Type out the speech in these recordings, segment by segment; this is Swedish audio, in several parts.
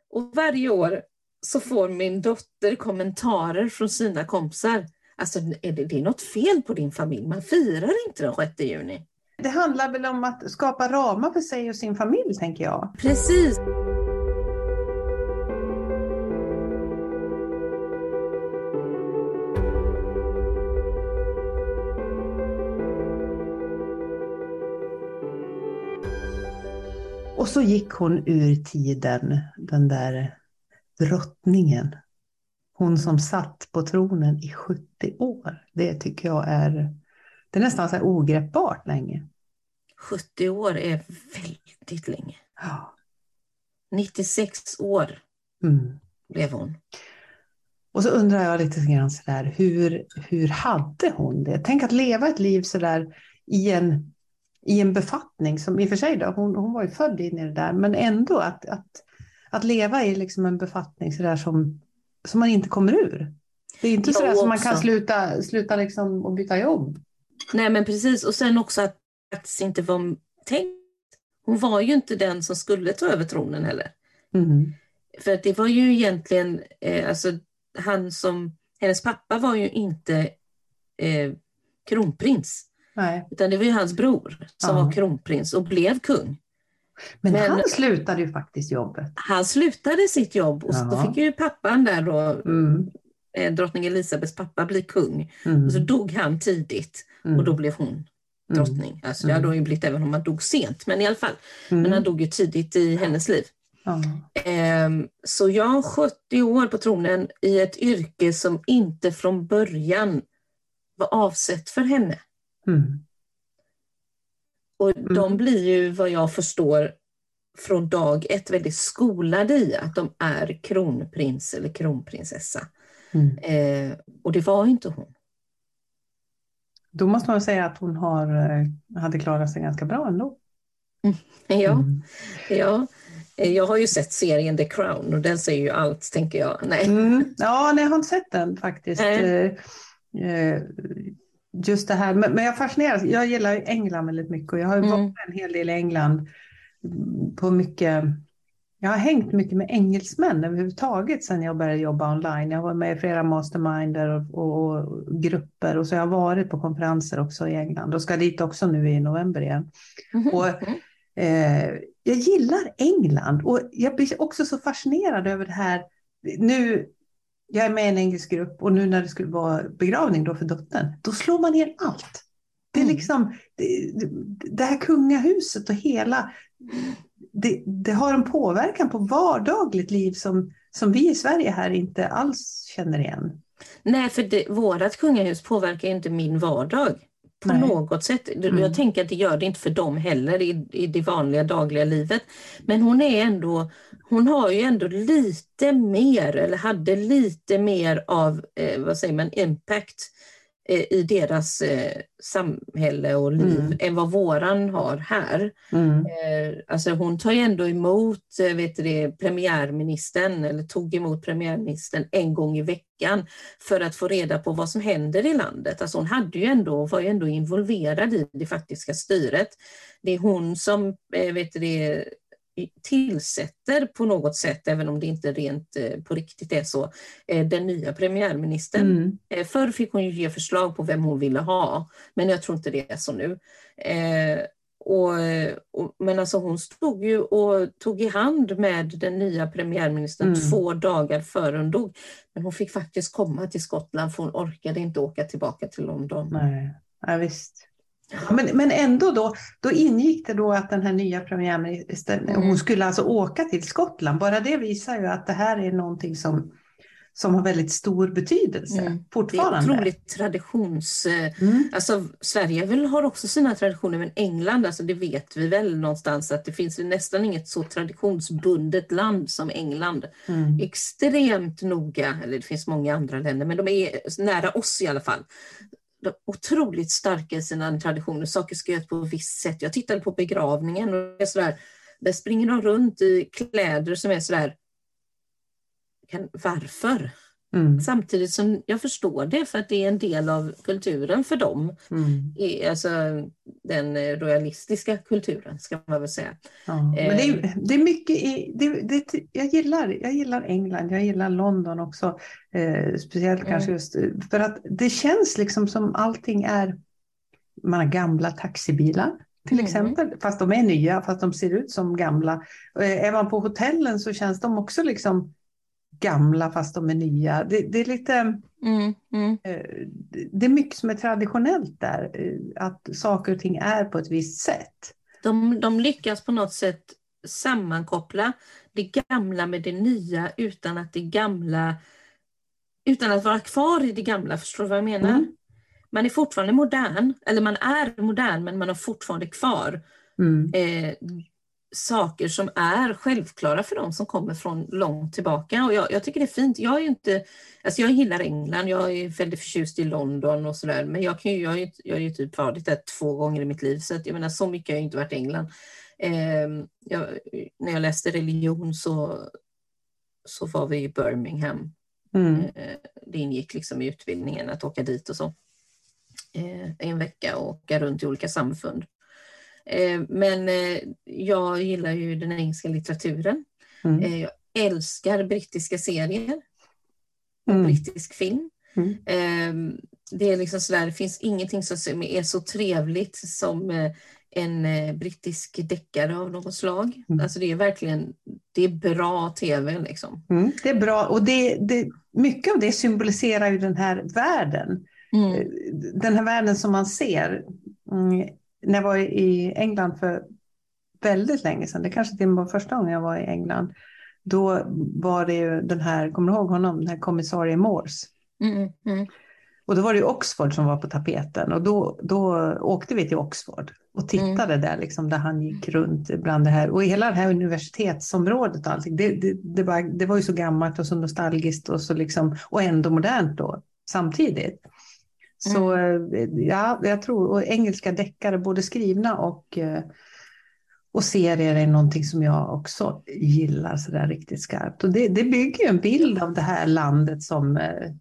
Och varje år så får min dotter kommentarer från sina kompisar. Alltså det är något fel på din familj, man firar inte den 6 juni. Det handlar väl om att skapa ramar för sig och sin familj, tänker jag. Precis. Och så gick hon ur tiden, den där drottningen. Hon som satt på tronen i 70 år. Det tycker jag det är nästan så här ogreppbart länge. 70 år är väldigt länge. Ja. 96 år blev hon. Och så undrar jag lite grann så där, hur hade hon det? Tänk att leva ett liv så där i en befattning som i och för sig då, hon var ju född in i det där, men ändå att leva i liksom en befattning så där som man inte kommer ur. Det är inte så där som man kan sluta liksom och byta jobb. Nej, men precis, och sen också att det inte var tänkt. Hon var ju inte den som skulle ta över tronen heller. För att det var ju egentligen alltså hennes pappa var ju inte kronprins. Nej. Utan det var ju hans bror som var kronprins och blev kung. Men han slutade ju faktiskt jobbet. Han slutade sitt jobb och så fick ju pappan där då, drottning Elisabeths pappa, bli kung. Och så dog han tidigt och då blev hon drottning. Alltså det hade hon ju blivit även om han dog sent, men i alla fall. Men han dog ju tidigt i hennes liv. Så jag 70 år på tronen i ett yrke som inte från början var avsett för henne. Och de blir ju, vad jag förstår, från dag ett väldigt skolade i att de är kronprins eller kronprinsessa. Och det var inte hon. Då måste man säga att hon hade klarat sig ganska bra ändå. Ja. Jag har ju sett serien The Crown och den säger ju allt, tänker jag. Nej. Ja, jag har inte sett den faktiskt. Just det här, men jag fascineras. Jag gillar ju England väldigt mycket och jag har ju varit en hel del i England på mycket. Jag har hängt mycket med engelsmän överhuvudtaget sedan jag började jobba online. Jag var med i flera masterminder och grupper och så har jag varit på konferenser också i England och ska dit också nu i november igen. Och jag gillar England och jag blir också så fascinerad över det här. Nu, jag är med i en engelsk grupp och nu när det skulle vara begravning då för dottern, då slår man ner allt. Det är liksom det här kungahuset och hela det har en påverkan på vardagligt liv som vi i Sverige här inte alls känner igen. Nej, för vårat kungahus påverkar inte min vardag på något sätt. Jag tänker att det gör det inte för dem heller i det vanliga dagliga livet. Men hon har ju ändå lite mer, eller hade lite mer av, impact i deras samhälle och liv än vad våran har här. Alltså hon tar ju ändå emot premiärministern, eller tog emot premiärministern en gång i veckan för att få reda på vad som händer i landet. Alltså hon var ju ändå involverad i det faktiska styret. Det är hon som tillsätter på något sätt, även om det inte rent på riktigt är så, den nya premiärministern. Förr fick hon ju ge förslag på vem hon ville ha, men jag tror inte det är så nu. Men alltså hon stod ju och tog i hand med den nya premiärministern 2 dagar före hon dog. Men hon fick faktiskt komma till Skottland för hon orkade inte åka tillbaka till London. Nej, ja, visst. Men ändå då ingick det då att den här nya premiärministern, hon skulle alltså åka till Skottland. Bara det visar ju att det här är någonting som har väldigt stor betydelse fortfarande. Det är otroligt Alltså Sverige har också sina traditioner, men England, alltså det vet vi väl någonstans att det finns nästan inget så traditionsbundet land som England. Extremt noga, eller det finns många andra länder, men de är nära oss i alla fall. De är otroligt starka i sina traditioner. Saker ska göras på ett visst sätt. Jag tittade på begravningen och det är sådär, där springer de runt i kläder som är sådär. Varför? Samtidigt som jag förstår det, för att det är en del av kulturen för dem. Alltså den royalistiska kulturen, ska man väl säga. Ja, men det är mycket jag gillar England, jag gillar London också. Speciellt kanske just för att det känns liksom som allting är, man har gamla taxibilar till exempel, fast de är nya, fast de ser ut som gamla. Är man på hotellen så känns de också liksom gamla fast de är nya. Det är lite det är mycket som är traditionellt där, att saker och ting är på ett visst sätt. De lyckas på något sätt sammankoppla det gamla med det nya utan att vara kvar i det gamla. Förstår du vad jag menar? Man är fortfarande modern, eller man är modern, men man har fortfarande kvar saker som är självklara för dem som kommer från långt tillbaka. Och jag tycker det är fint. Jag gillar England, jag är väldigt förtjust i London och sådär, men jag har ju typ varit där 2 gånger i mitt liv, så att jag menar, så mycket har jag inte varit i England. När jag läste religion så var vi i Birmingham. Det ingick liksom i utbildningen att åka dit och så en vecka och åka runt i olika samfund. Men jag gillar ju den engelska litteraturen. Jag älskar brittiska serier och brittisk film. Det är liksom sådär, det finns ingenting som är så trevligt som en brittisk deckare av något slag. Alltså det är verkligen, det är bra tv liksom. Det är bra, och mycket av det symboliserar ju den här världen. Den här världen som man ser. När jag var i England för väldigt länge sedan, det kanske till och med var första gången jag var i England, då var det ju den här, kommer du ihåg honom, den här kommissarie Morse? Och då var det ju Oxford som var på tapeten, och då åkte vi till Oxford och tittade där liksom, där han gick runt bland det här, och hela det här universitetsområdet och allting, det var ju så gammalt och så nostalgiskt och så liksom, och ändå modernt då samtidigt. Så ja, jag tror, och engelska deckare, både skrivna och serier, är någonting som jag också gillar så där riktigt skarpt. Och det bygger ju en bild av det här landet som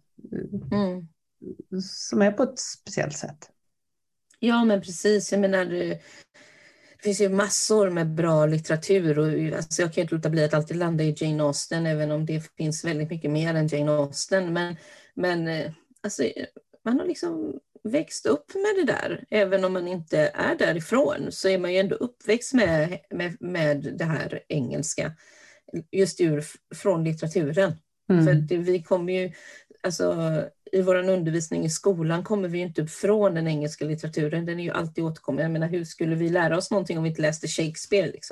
är på ett speciellt sätt. Ja, men precis. Jag menar, det finns ju massor med bra litteratur, och alltså, jag kan inte låta bli att alltid landa i Jane Austen, även om det finns väldigt mycket mer än Jane Austen. Men alltså, man har liksom växt upp med det där. Även om man inte är därifrån, så är man ju ändå uppväxt med det här engelska. Just från litteraturen. För vi kommer ju, alltså i vår undervisning i skolan kommer vi ju inte upp från den engelska litteraturen. Den är ju alltid återkommande. Jag menar, hur skulle vi lära oss någonting om vi inte läste Shakespeare liksom?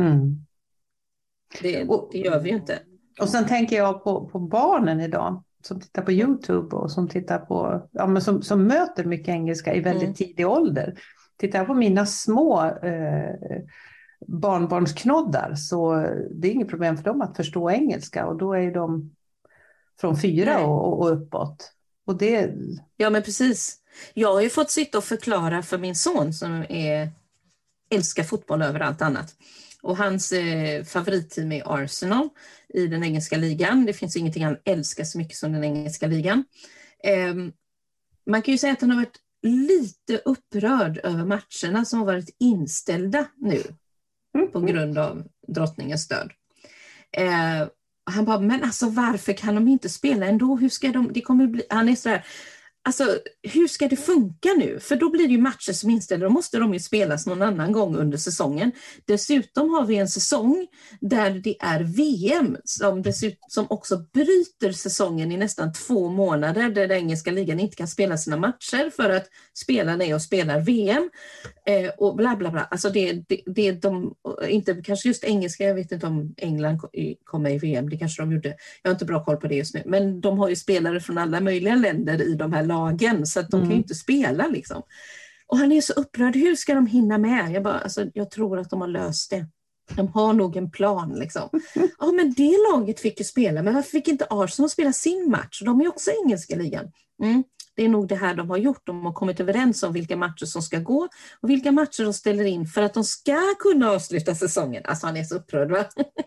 Det gör vi ju inte. Och sen tänker jag på barnen idag, som tittar på YouTube och som tittar på, ja, men som möter mycket engelska i väldigt tidig ålder. Tittar jag på mina små barnbarnsknoddar, så det är inget problem för dem att förstå engelska, och då är de från 4 och uppåt. Och det... Ja, men precis. Jag har ju fått sitta och förklara för min son som älskar fotboll över allt annat. Och hans favoritteam är Arsenal i den engelska ligan. Det finns ingenting han älskar så mycket som den engelska ligan. Man kan ju säga att han har varit lite upprörd över matcherna som har varit inställda nu på grund av drottningens död. Han bara, men alltså varför kan de inte spela ändå? Hur ska det kommer bli, han är sådär, alltså hur ska det funka nu? För då blir det ju matcher som inställda, då måste de ju spelas någon annan gång under säsongen. Dessutom har vi en säsong där det är VM som också bryter säsongen i nästan 2 månader, där den engelska ligan inte kan spela sina matcher för att spelarna är och spelar VM och bla bla bla. Alltså det är de, inte kanske just engelska, jag vet inte om England kommer i VM, det kanske de gjorde. Jag har inte bra koll på det just nu, men de har ju spelare från alla möjliga länder i de här lagen, så att de kan ju inte spela liksom. Och han är så upprörd, hur ska de hinna med? Jag tror att de har löst det. De har nog en plan liksom. Ja, men det laget fick ju spela, men varför fick inte Arsenal spela sin match? De är ju också engelska ligan. Det är nog det här de har gjort. De har kommit överens om vilka matcher som ska gå och vilka matcher de ställer in för att de ska kunna avsluta säsongen. Alltså han är så upprörd, va?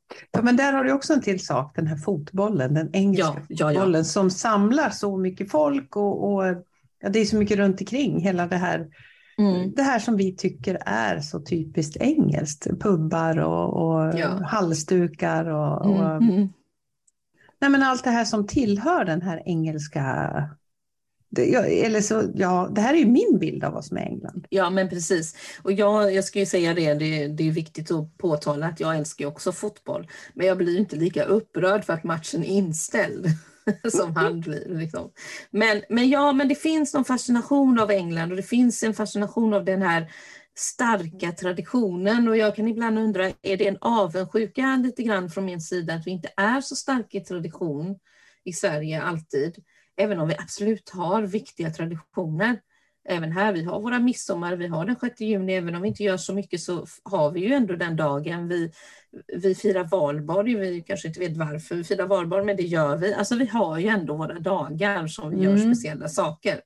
Ja, men där har du också en till sak, den här fotbollen, den engelska fotbollen som samlar så mycket folk och ja, det är så mycket runt omkring hela det här. Det här som vi tycker är så typiskt engelskt, pubbar och halsdukar och nej, men allt det här som tillhör den här engelska. Det här är ju min bild av vad som är England. Ja, men precis. Och jag ska ju säga det är viktigt att påtala att jag älskar också fotboll. Men jag blir inte lika upprörd för att matchen är inställd som han blir. Liksom. Men det finns någon fascination av England och det finns en fascination av den här starka traditionen. Och jag kan ibland undra, är det en avundsjuka lite grann från min sida att vi inte är så starka i tradition i Sverige alltid? Även om vi absolut har viktiga traditioner. Även här, vi har våra midsommar, vi har den 6 juni, även om vi inte gör så mycket så har vi ju ändå den dagen. Vi firar valborg, vi kanske inte vet varför vi firar valborg, men det gör vi. Alltså vi har ju ändå våra dagar som vi gör speciella saker.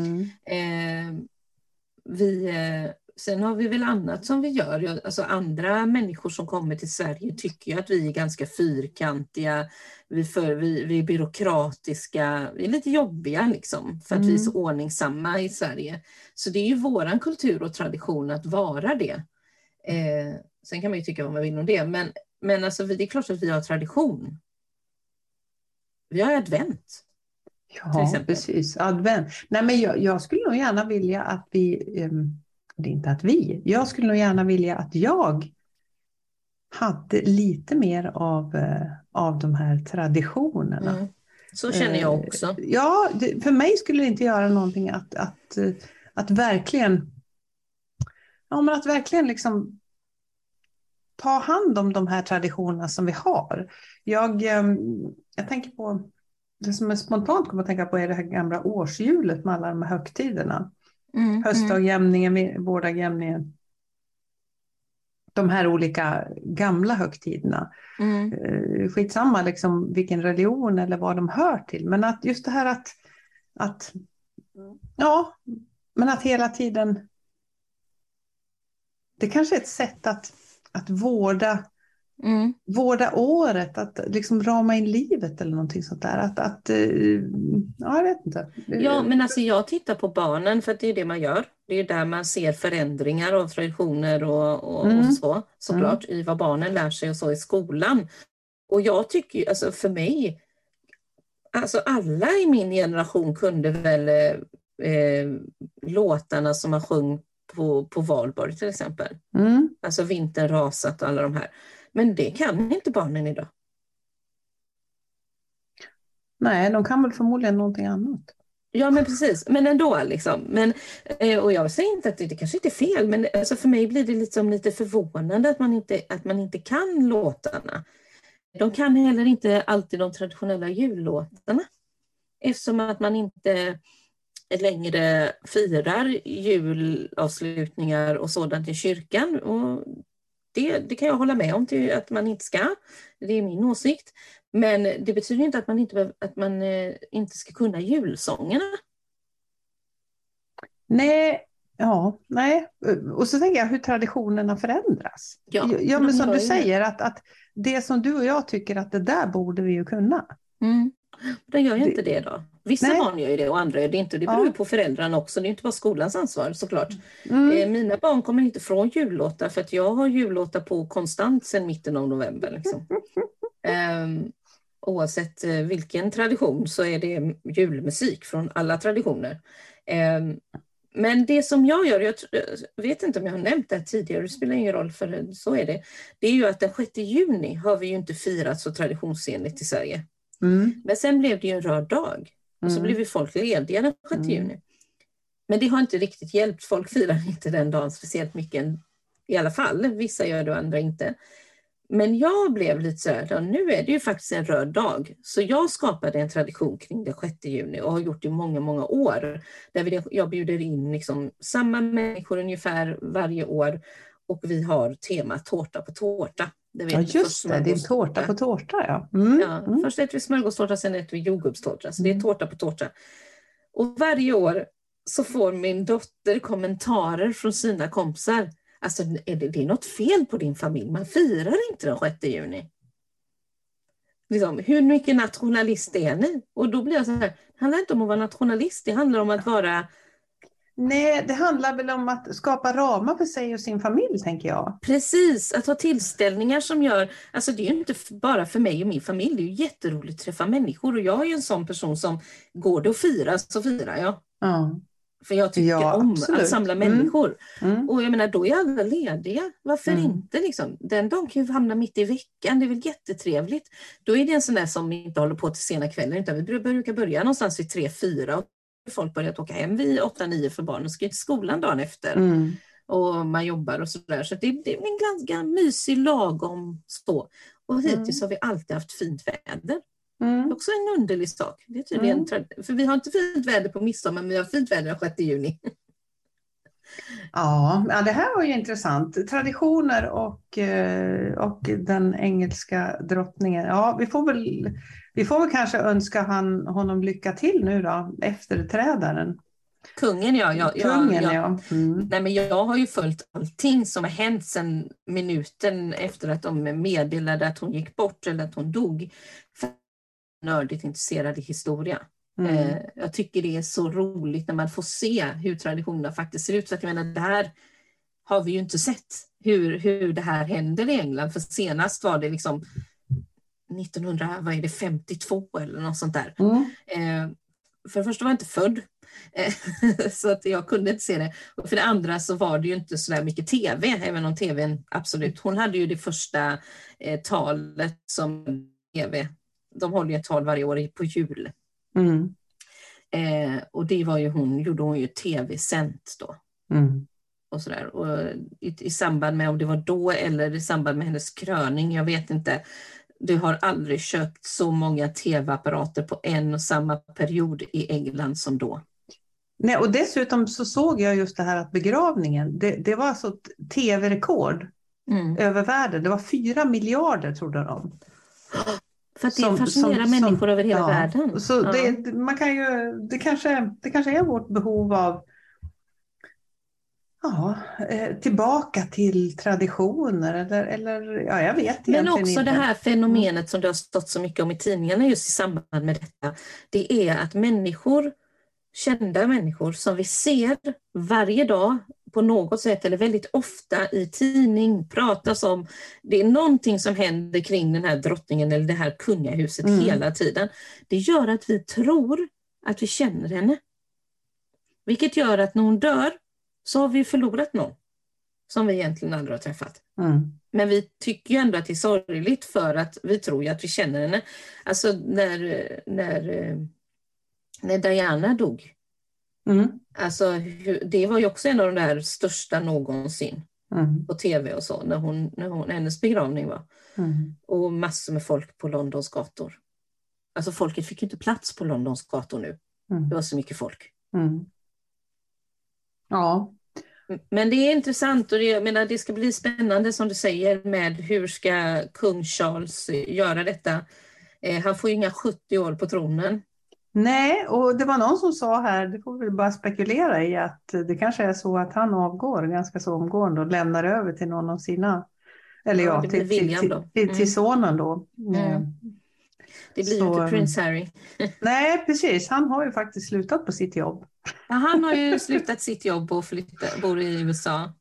Sen har vi väl annat som vi gör. Alltså andra människor som kommer till Sverige tycker ju att vi är ganska fyrkantiga. Vi är byråkratiska. Vi är lite jobbiga liksom. För att vi är så ordningsamma i Sverige. Så det är ju våran kultur och tradition att vara det. Sen kan man ju tycka vad man vill om det. Men alltså, det är klart att vi har tradition. Vi har advent. Ja, precis. Advent. Nej, men jag skulle nog gärna vilja att vi... Det är inte att vi. Jag skulle nog gärna vilja att jag hade lite mer av de här traditionerna. Så känner jag också. Ja, för mig skulle det inte göra någonting att verkligen liksom ta hand om de här traditionerna som vi har. Jag tänker på, det som jag spontant kommer att tänka på är det här gamla årshjulet med alla de här högtiderna. Höstdagjämningen, vårdagjämningen. De här olika gamla högtiderna. Skitsamma liksom vilken religion eller vad de hör till. Men att just det här att hela tiden, det kanske är ett sätt att vårda året, att liksom rama in livet eller någonting sånt där. Jag vet inte. Ja, men alltså jag tittar på barnen för att det är det man gör. Det är där man ser förändringar av traditioner och såklart i vad barnen lär sig och så i skolan. Och jag tycker, alltså för mig, alltså alla i min generation kunde väl låtarna som man sjöng på valborg till exempel. Alltså Vintern rasat och alla de här. Men det kan inte barnen idag. Nej, de kan väl förmodligen någonting annat. Ja, men precis. Men ändå liksom. Och jag säger inte att det kanske inte är fel, men alltså för mig blir det liksom lite förvånande att man inte kan låtarna. De kan heller inte alltid de traditionella jullåtarna. Eftersom att man inte längre firar julavslutningar och sådant i kyrkan. Och det kan jag hålla med om att man inte ska. Det är min åsikt. Men det betyder inte att man inte ska kunna julsångerna. Nej. Och så tänker jag hur traditionerna förändras. Ja, men som du säger, att det som du och jag tycker att det där borde vi ju kunna. Då gör jag inte det då. Vissa barn gör ju det och andra gör det inte. Det beror ju på föräldrarna också. Det är inte bara skolans ansvar såklart. Mina barn kommer inte från jullåtar för att jag har jullåtar på konstant sedan mitten av november. Liksom. Oavsett vilken tradition så är det julmusik från alla traditioner. Men det som jag gör, jag vet inte om jag har nämnt det här tidigare, det spelar ingen roll för så är det. Det är ju att den 6 juni har vi ju inte firat så traditionsenligt i Sverige. Men sen blev det ju en röd dag. Och så blev vi folk lediga den 6 juni. Men det har inte riktigt hjälpt. Folk firar inte den dagen speciellt mycket i alla fall. Vissa gör det och andra inte. Men jag blev lite så här, nu är det ju faktiskt en röd dag. Så jag skapade en tradition kring den 6 juni och har gjort det i många, många år. Där jag bjuder in liksom samma människor ungefär varje år. Och vi har tema tårta på tårta. Ja just det, det är tårta på tårta ja. Först äter vi smörgåstårta, sen äter vi jordgubbstårta. Så det är tårta på tårta. Och varje år så får min dotter kommentarer från sina kompisar. Alltså det är något fel på din familj, man firar inte den 6 juni. Liksom, hur mycket nationalist är ni? Och då blir jag så här, det handlar inte om att vara nationalist, det handlar om att vara... Nej, det handlar väl om att skapa ramar för sig och sin familj, tänker jag. Precis, att ha tillställningar som gör, alltså det är ju inte bara för mig och min familj, det är ju jätteroligt att träffa människor och jag är ju en sån person som går det att fira så firar jag. Ja. För jag tycker Ja, om absolut. att samla människor. Mm. Och jag menar, då är alla lediga. Varför inte liksom? Den dagen kan ju hamna mitt i veckan, det är väl jättetrevligt. Då är det en sån där som inte håller på till sena kvällen, utan vi brukar börja någonstans vid 3-4 och folk börjar åka hem vid 8-9 för barnen ska till skolan dagen efter. Och man jobbar och sådär. Så det är en ganska mysig lagom så. Och hittills har vi alltid haft fint väder. Det är också en underlig sak. Det är tydligen för vi har inte fint väder på midsommar, men vi har fint väder den 6 juni. Ja, det här var ju intressant. Traditioner och den engelska drottningen. Ja, vi får väl kanske önska honom lycka till nu då, efterträdaren. Kungen, ja. Kungen, ja. Nej, men jag har ju följt allting som har hänt sedan minuten efter att de meddelade att hon gick bort eller att hon dog. För nördigt intresserad i historia. Jag tycker det är så roligt när man får se hur traditionerna faktiskt ser ut. För att jag menar, det här har vi ju inte sett. Hur det här händer i England. För senast var det liksom 1952 eller något sånt där. För det första var jag inte född. Så att jag kunde inte se det. Och för det andra så var det ju inte så där mycket tv. Även om tvn absolut. Hon hade ju det första talet som tv. De håller ju ett tal varje år på jul. Och det var ju gjorde hon ju tv-sänt då. Och sådär. Och i samband med om det var då eller i samband med hennes kröning, jag vet inte. Det har aldrig köpt så många tv-apparater på en och samma period i England som då. Nej, och dessutom så såg jag just det här att begravningen, det var alltså ett tv-rekord över världen. Det var 4 miljarder trodde de. För att det fascinerar människor över hela världen. Så det kanske är vårt behov av tillbaka till traditioner eller jag vet egentligen men också inte. Det här fenomenet som det har stått så mycket om i tidningarna just i samband med detta, det är att kända människor som vi ser varje dag på något sätt eller väldigt ofta i tidning pratas om, det är någonting som händer kring den här drottningen eller det här kungahuset hela tiden. Det gör att vi tror att vi känner henne. Vilket gör att när hon dör så har vi förlorat någon som vi egentligen aldrig har träffat. Men vi tycker ju ändå att det är sorgligt för att vi tror ju att vi känner henne. Alltså när Diana dog. Alltså det var ju också en av de där största någonsin på tv och så när hennes begravning var. Och massor med folk på Londons gator. Alltså folket fick ju inte plats på Londons gator nu. Det var så mycket folk. Ja. Men det är intressant och det ska bli spännande som du säger med hur ska kung Charles göra detta. Han får ju inga 70 år på tronen. Nej, och det var någon som sa här, det får vi bara spekulera i, att det kanske är så att han avgår ganska så omgående och lämnar över till någon av sina, eller till sonen då. Det blir ju inte Prince Harry. Nej, precis. Han har ju faktiskt slutat på sitt jobb. Ja, han har ju slutat sitt jobb och bor i USA.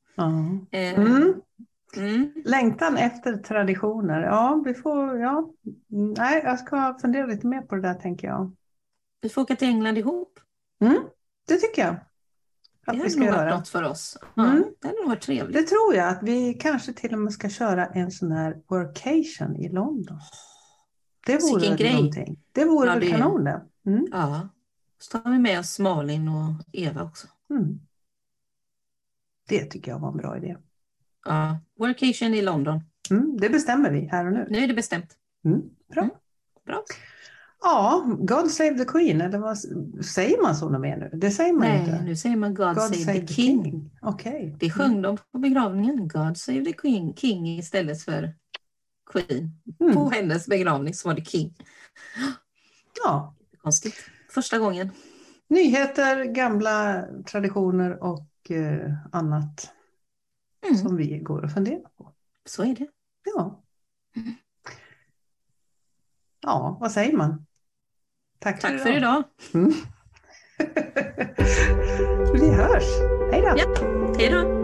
Längtan efter traditioner. Ja, Nej, jag ska fundera lite mer på det där, tänker jag. Vi får åka till England ihop. Det tycker jag. Det hade nog varit något för oss. Det hade nog varit trevligt. Det tror jag, att vi kanske till och med ska köra en sån här workation i London. Det vore väl någonting. Det vore väl kanon det. Ja, så tar vi med oss Malin och Eva också. Det tycker jag var en bra idé. Ja, workation i London. Det bestämmer vi här och nu. Nu är det bestämt. Bra. Bra. Ja, God save the Queen, eller vad säger man så något mer nu? Det säger man inte. Nej, nu säger man God save the King. Okej. Det sjöng de på begravningen. God save the King istället för Queen. På hennes begravning så var det King. Ja. Konstigt. Första gången. Nyheter, gamla traditioner och annat som vi går och funderar på. Så är det. Ja. ja, vad säger man? Tack för idag. Vi hörs. Hej då! Ja, hej då!